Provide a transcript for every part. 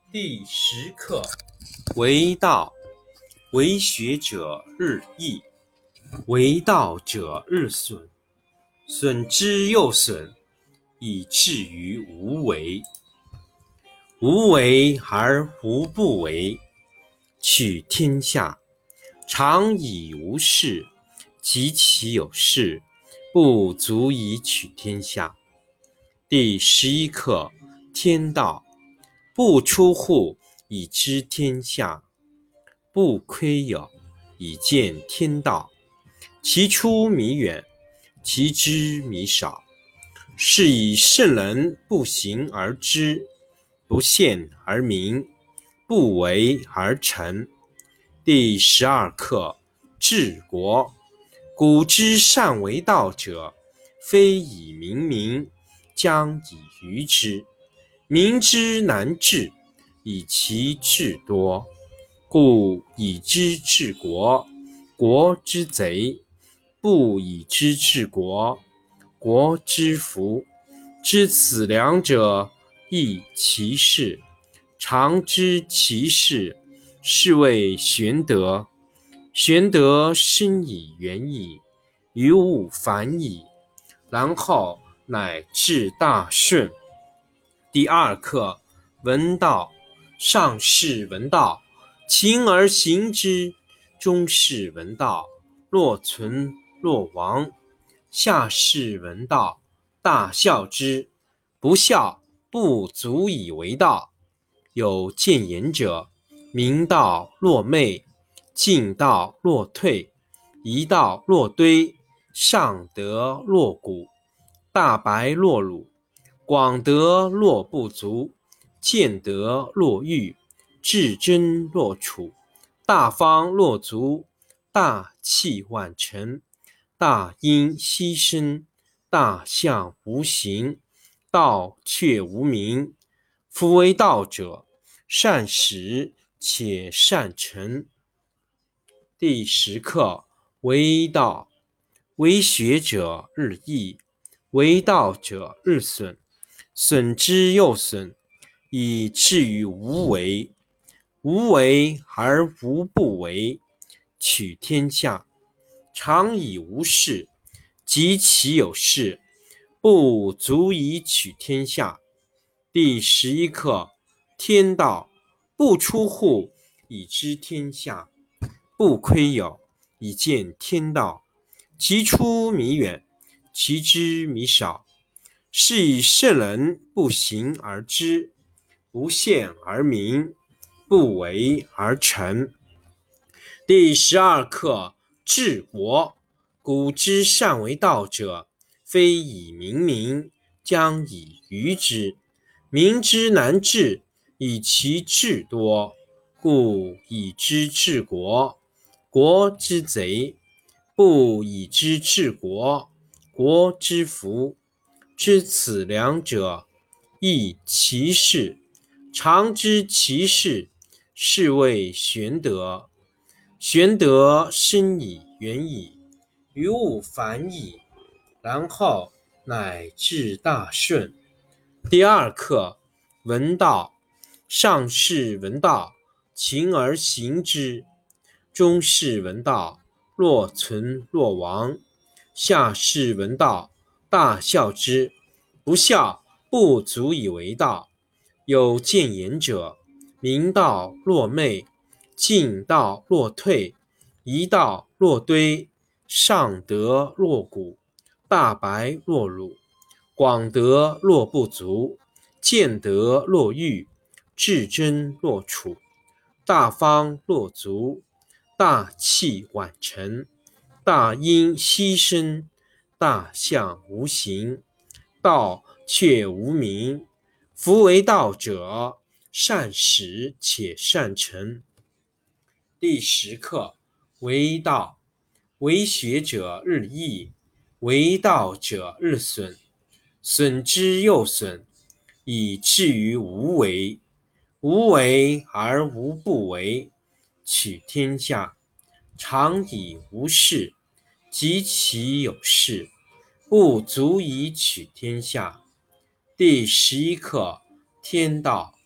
第10课：为道，为学者日益，为道者日损，损之又损，以至于无为。无为而无不为，取天下常以无事，及其有事，不足以取天下。第11课：天道，不出户，以知天下；不窥牖，以见天道。其出弥远，其知弥少。是以圣人不行而知，不见而明，不为而成。第12课：治国。古之善为道者，非以明民，将以愚之。民之难治，以其智多。故以知治国，国之贼；不以知治国，国之福。知此两者，亦其事。常知其事，是谓玄德。玄德深以远矣，于物反矣，然后乃至大顺。第2课：闻道。上士闻道，勤而行之；中士闻道，若存若亡；下士闻道，大笑之。不笑，不足以为道。有见言者，明道若昧，进道若退，夷道若堆，上德若谷，大白若鲁，广德若不足，见德若愚，至真若处，大方若足，大器晚成，大音希声，大象无形，道却无名。夫为道者，善始且善成。第10课：为道，为学者日益，为道者日损，损之又损，以至于无为。无为而无不为，取天下常以无事，及其有事，不足以取天下。第11课：天道，不出户，以知天下；不窥牖，以见天道。其出弥远，其知弥少。是以圣人不行而知，不见而明，不为而成。第12课：治国。古之善为道者，非以明民，将以愚之。民之难治，以其智多。故以知治国，国之贼；不以知治国，国之福。知此两者，亦其事。常知其事，是谓玄德。玄德深以远矣，于物反矣，然后乃至大顺。第2课：闻道。上士闻道，勤而行之；中士闻道，若存若亡；下士闻道，大笑之。不笑，不足以为道。有见言者，明道若昧，进道若退，夷道若堆，上德若谷，大白若鲁，广德若不足，见德若愚，至真若处，大方若足，大器晚成，大音希声，大象无形，道却无名。夫为道者，善始且善成。第10课：为道，为学者日益，为道者日损，损之又损，以至于无为。无为而无不为，取天下常以无事，及其有事，不足以取天下。第11课：天道，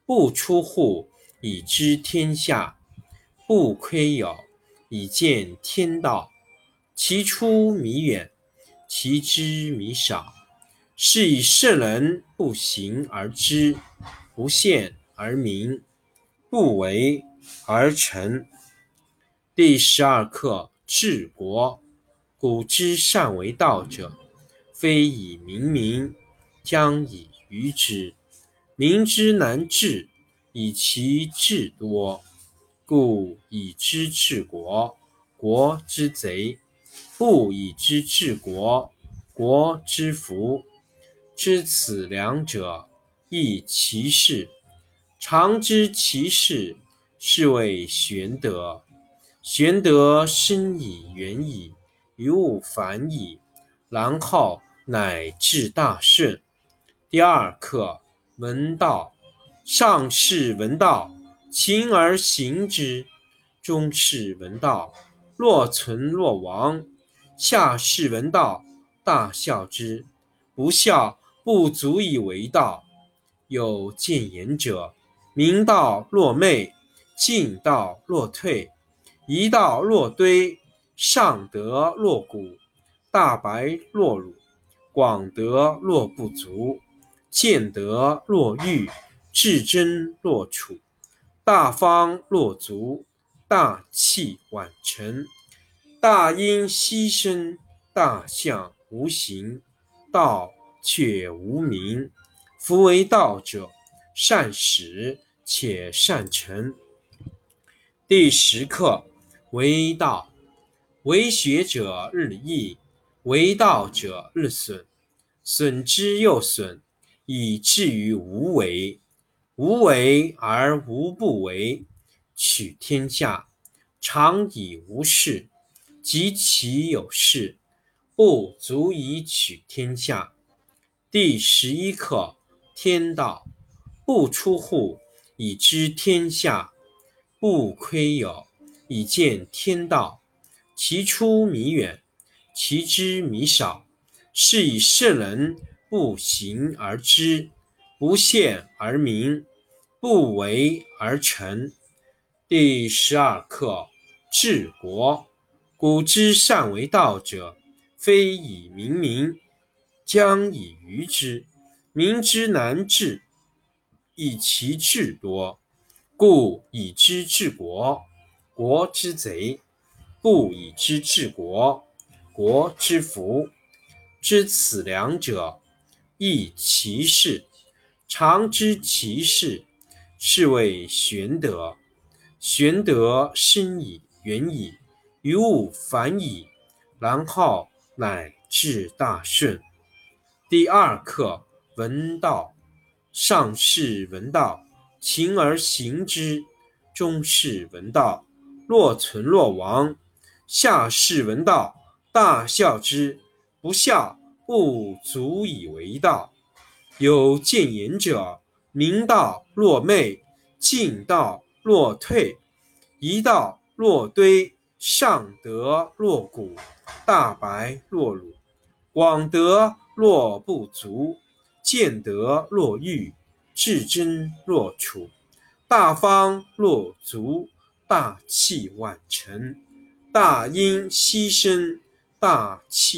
不出户，以知天下；不窥牖，以见天道。其出弥远，其知弥少。是以圣人不行而知，不见而明，不为而成。第12课治国。古之善为道者，非以明民，将以愚之。民之难治，以其智多。故以知治国，国之贼；不以知治国，国之福。知此两者，亦其事。常知其事，是谓玄德。玄德深矣远矣，于物反矣，然后乃至大顺。第2课闻道。上士闻道，勤而行之；中士闻道，若存若亡；下士闻道，大笑之。不笑，不足以为道。有见言者，明道若昧，进道若退，一道若堆，上德若谷，大白若辱，广德若不足，见德若愚，至真若处，大方若足，大器晚成。大音希声，大象无形，道却无名。夫为道者，善始且善成。第10课为道。为学者日益，为道者日损，损之又损，以至于无为。无为而无不为，取天下常以无事，及其有事，不足以取天下。第11课天道。不出户，以知天下；不窥牖，以见天道。其出弥远，其知弥少。是以圣人不行而知，不见而明，不为而成。第12课治国。古之善为道者，非以明民，将以愚之。民之难治，以其智多。故以知治国，国之贼；不以知治国，国之福。知此两者，亦其事。常知其事，是谓玄德。玄德深矣远矣，于物反矣，然后乃至大顺。第2课闻道。上士闻道，勤而行之；中士闻道，若存若亡；下士闻道，大笑之。不笑，不足以为道。有见言者，明道若昧，进道若退，一道若堆，上德若谷，大白若辱，广德若不足，见德若愚，至真若处，大方若足，大器晚成。大音希声，大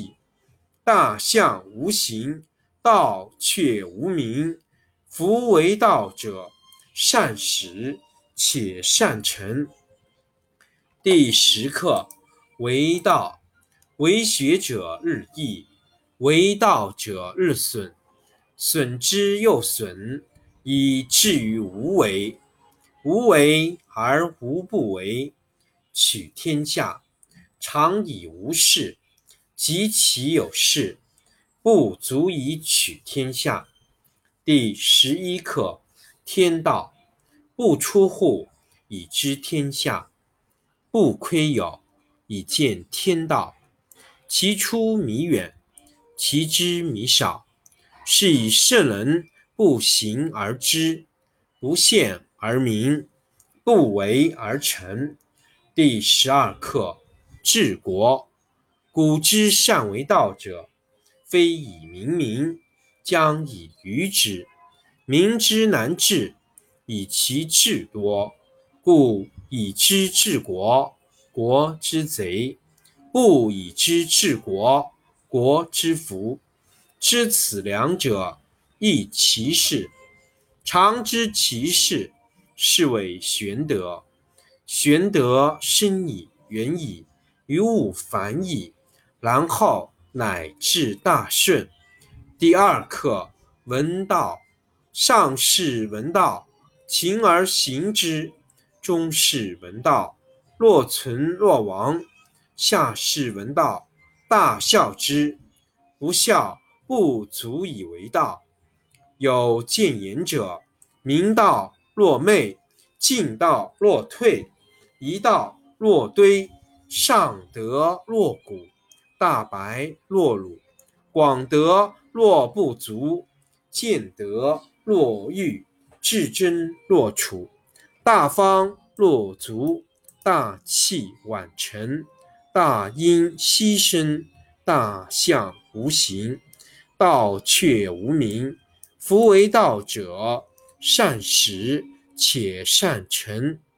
象无形，道却无名。夫为道者，善始且善成。第10课为道。为学者日益，为道者日损，损之又损，以至于无为。无为而无不为，取天下常以无事，及其有事，不足以取天下。第11课天道。不出户，以知天下；不窥牖，以见天道。其出弥远，其知弥少。是以圣人不行而知，不见而明，不为而成。第12课治国。古之善为道者，非以明民，将以愚之。民之难治， 以其智多，故以知治国，国之贼；不以知治国，国之福。知此两者，亦其事。常知其事，是谓玄德。玄德深矣，远矣，于物反矣，然后乃至大顺。第二课，闻道。上士闻道，勤而行之；中士闻道，若存若亡；下士闻道，大笑之。不笑，不足以为道。有见言者，明道若昧，进道若退，一道若堆，上德若谷，大白若鲁，广德若不足，见德若愚，至真若楚，大方若足，大器晚成，大音希声，大象无形，道却无名。夫为道者，善始且善成。